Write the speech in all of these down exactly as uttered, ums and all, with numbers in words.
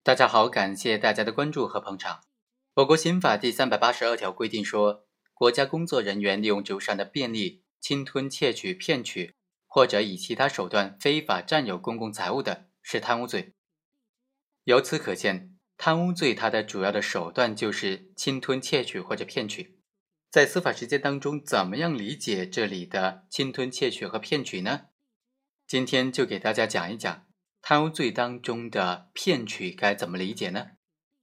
大家好，感谢大家的关注和捧场。我国刑法第三百八十二条规定说，国家工作人员利用职务上的便利，侵吞、窃取、骗取，或者以其他手段非法占有公共财物的，是贪污罪。由此可见，贪污罪它的主要的手段就是侵吞、窃取或者骗取。在司法实践当中，怎么样理解这里的侵吞、窃取和骗取呢？今天就给大家讲一讲贪污罪当中的骗取该怎么理解呢？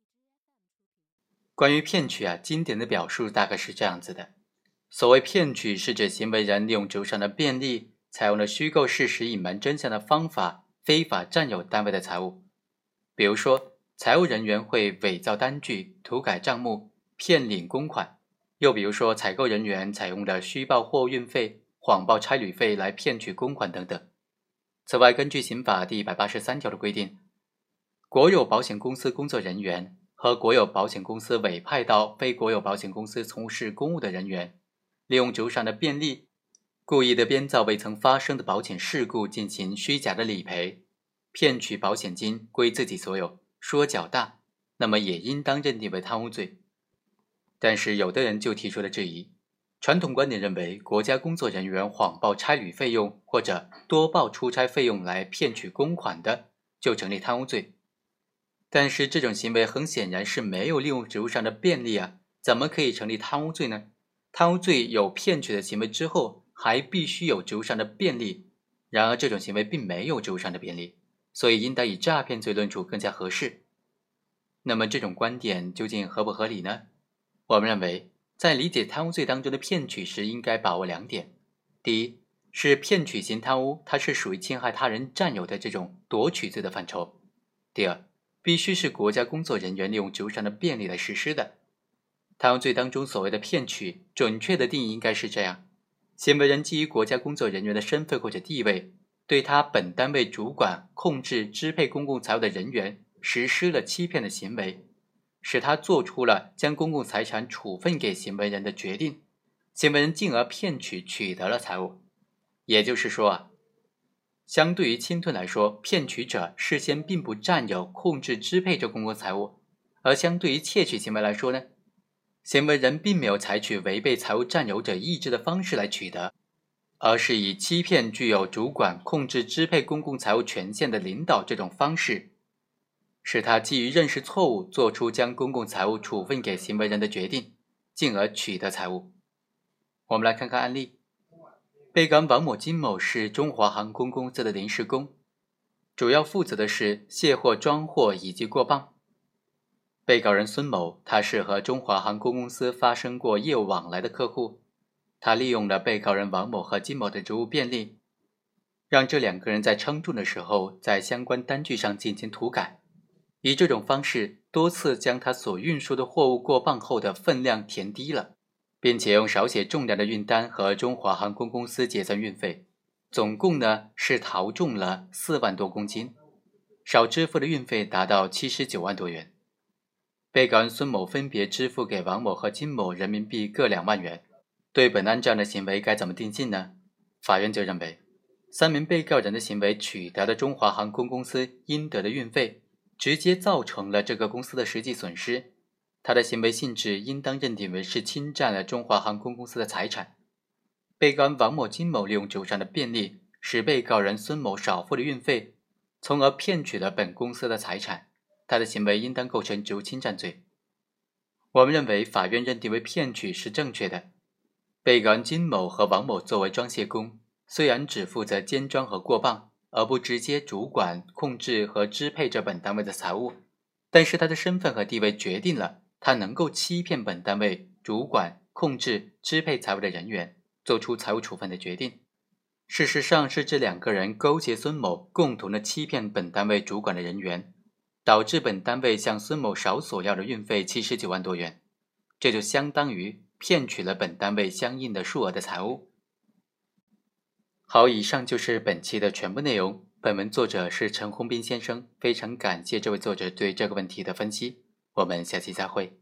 关于骗取啊，经典的表述大概是这样子的：所谓骗取，是指行为人利用职务上的便利，采用了虚构事实、隐瞒真相的方法，非法占有单位的财物。比如说，财务人员会伪造单据、涂改账目、骗领公款；又比如说，采购人员采用了虚报货物运费、谎报差旅费来骗取公款等等。此外，根据刑法第一百八十三条的规定，国有保险公司工作人员和国有保险公司委派到非国有保险公司从事公务的人员，利用职务上的便利，故意的编造未曾发生的保险事故进行虚假的理赔，骗取保险金归自己所有，说较大，那么也应当认定为贪污罪。但是有的人就提出了质疑，传统观点认为，国家工作人员谎报差旅费用或者多报出差费用来骗取公款的，就成立贪污罪。但是这种行为很显然是没有利用职务上的便利啊，怎么可以成立贪污罪呢？贪污罪有骗取的行为之后，还必须有职务上的便利。然而这种行为并没有职务上的便利，所以应当以诈骗罪论处更加合适。那么这种观点究竟合不合理呢？我们认为，在理解贪污罪当中的骗取时，应该把握两点。第一，是骗取型贪污，它是属于侵害他人占有的这种夺取罪的范畴。第二，必须是国家工作人员利用职务上的便利来实施的。贪污罪当中所谓的骗取，准确的定义应该是这样：行为人基于国家工作人员的身份或者地位，对他本单位主管、控制、支配公共财物的人员实施了欺骗的行为，使他做出了将公共财产处分给行为人的决定，行为人进而骗取取得了财物。也就是说啊，相对于侵吞来说，骗取者事先并不占有、控制、支配着公共财物；而相对于窃取行为来说呢，行为人并没有采取违背财物占有者意志的方式来取得，而是以欺骗具有主管、控制、支配公共财物权限的领导这种方式，使他基于认识错误，做出将公共财物处分给行为人的决定，进而取得财物。我们来看看案例。被告人王某、金某是中华航空公司的临时工，主要负责的是卸货、装货以及过磅。被告人孙某，他是和中华航空公司发生过业务往来的客户，他利用了被告人王某和金某的职务便利，让这两个人在称重的时候在相关单据上进行涂改，以这种方式多次将他所运输的货物过磅后的分量填低了，并且用少写重量的运单和中华航空公司结算运费，总共呢是逃重了四万多公斤，少支付的运费达到七十九万多元。被告人孙某分别支付给王某和金某人民币各两万元。对本案这样的行为该怎么定性呢？法院就认为，三名被告人的行为取得了中华航空公司应得的运费，直接造成了这个公司的实际损失，他的行为性质应当认定为是侵占了中华航空公司的财产。被告人王某、金某利用职务上的便利，使被告人孙某少付了运费，从而骗取了本公司的财产，他的行为应当构成职务侵占罪。我们认为法院认定为骗取是正确的。被告人金某和王某作为装卸工，虽然只负责监装和过磅，而不直接主管、控制和支配着本单位的财物，但是他的身份和地位决定了他能够欺骗本单位主管、控制、支配财物的人员，做出财务处分的决定。事实上是这两个人勾结孙某，共同的欺骗本单位主管的人员，导致本单位向孙某少索要的运费七十九万多元，这就相当于骗取了本单位相应的数额的财物。好，以上就是本期的全部内容。本文作者是陈宏斌先生，非常感谢这位作者对这个问题的分析。我们下期再会。